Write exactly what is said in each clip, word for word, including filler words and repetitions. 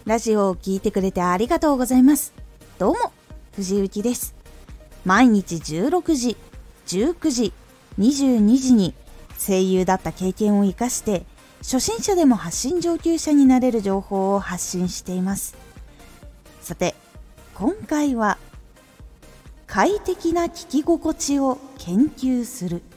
ラジオを聞いてくれてありがとうございます。どうも、藤幸です。毎日じゅうろくじ、じゅうくじ、にじゅうにじに声優だった経験を生かして初心者でも発信上級者になれる情報を発信しています。さて、今回は快適な聞き心地を研究する。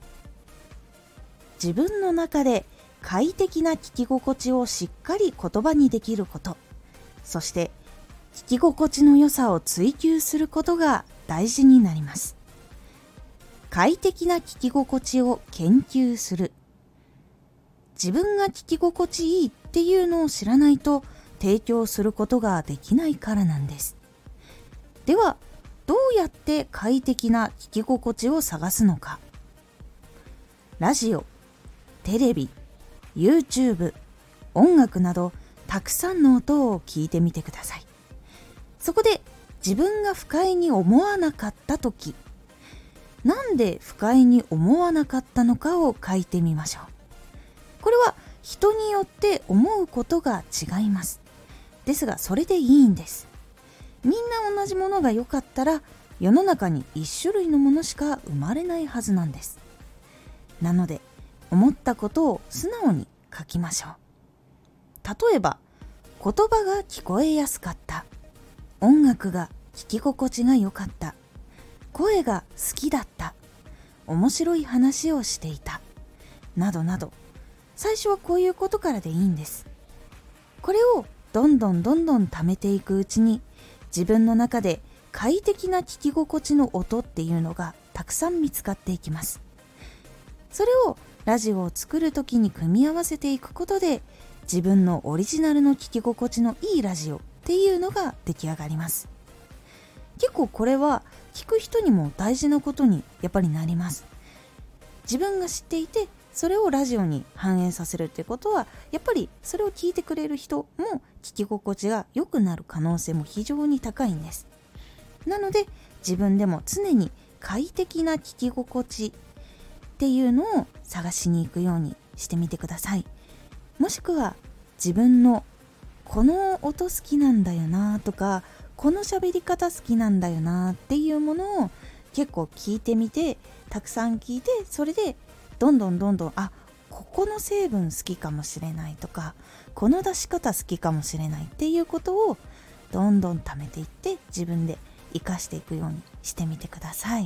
自分の中で快適な聞き心地をしっかり言葉にできること、そして聞き心地の良さを追求することが大事になります。快適な聞き心地を研究する。自分が聞き心地いいっていうのを知らないと提供することができないからなんです。では、どうやって快適な聞き心地を探すのか。ラジオ、テレビ、YouTube、音楽などたくさんの音を聞いてみてください。そこで自分が不快に思わなかったとき、なんで不快に思わなかったのかを書いてみましょう。これは人によって思うことが違います。ですがそれでいいんです。みんな同じものが良かったら世の中に一種類のものしか生まれないはずなんです。なので思ったことを素直に書きましょう。例えば、言葉が聞こえやすかった、音楽が聞き心地が良かった、声が好きだった、面白い話をしていた、などなど、最初はこういうことからでいいんです。これをどんどんどんどん貯めていくうちに、自分の中で快適な聞き心地の音っていうのがたくさん見つかっていきます。それをラジオを作るときに組み合わせていくことで、自分のオリジナルの聞き心地のいいラジオっていうのが出来上がります。結構これは聞く人にも大事なことにやっぱりなります。自分が知っていてそれをラジオに反映させるってことは、やっぱりそれを聞いてくれる人も聞き心地が良くなる可能性も非常に高いんです。なので自分でも常に快適な聞き心地っていうのを探しに行くようにしてみてください。もしくは自分のこの音好きなんだよなとか、この喋り方好きなんだよなっていうものを結構聞いてみて、たくさん聞いて、それでどんどんどんどん、あ、ここの成分好きかもしれないとか、この出し方好きかもしれないっていうことをどんどん貯めていって、自分で活かしていくようにしてみてください。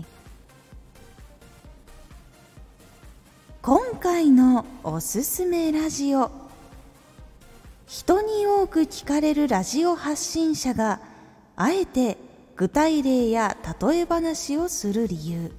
今回のおすすめラジオ。人に多く聞かれるラジオ発信者があえて具体例や例え話をする理由。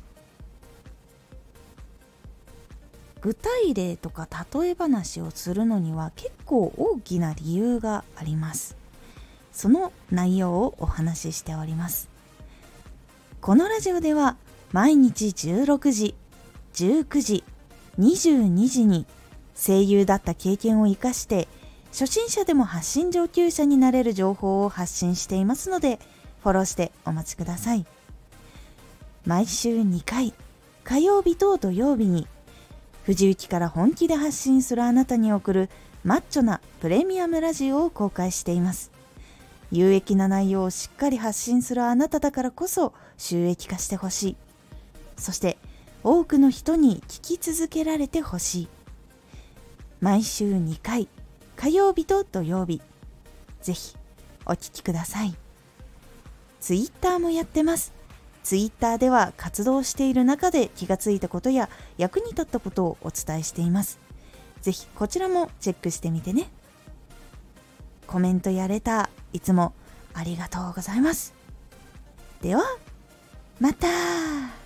具体例とか例え話をするのには結構大きな理由があります。その内容をお話ししております。このラジオでは毎日じゅうろくじ、じゅうくじ、にじゅうにじに声優だった経験を生かして初心者でも発信上級者になれる情報を発信していますので、フォローしてお待ちください。毎週にかい、火曜日と土曜日に藤幸から本気で発信するあなたに送るマッチョなプレミアムラジオを公開しています。有益な内容をしっかり発信するあなただからこそ収益化してほしい。そして多くの人に聞き続けられてほしい。毎週にかい、火曜日と土曜日、ぜひお聞きください。ツイッターもやってます。ツイッターでは活動している中で気がついたことや役に立ったことをお伝えしています。ぜひこちらもチェックしてみてね。コメントやレター、いつもありがとうございます。では、また。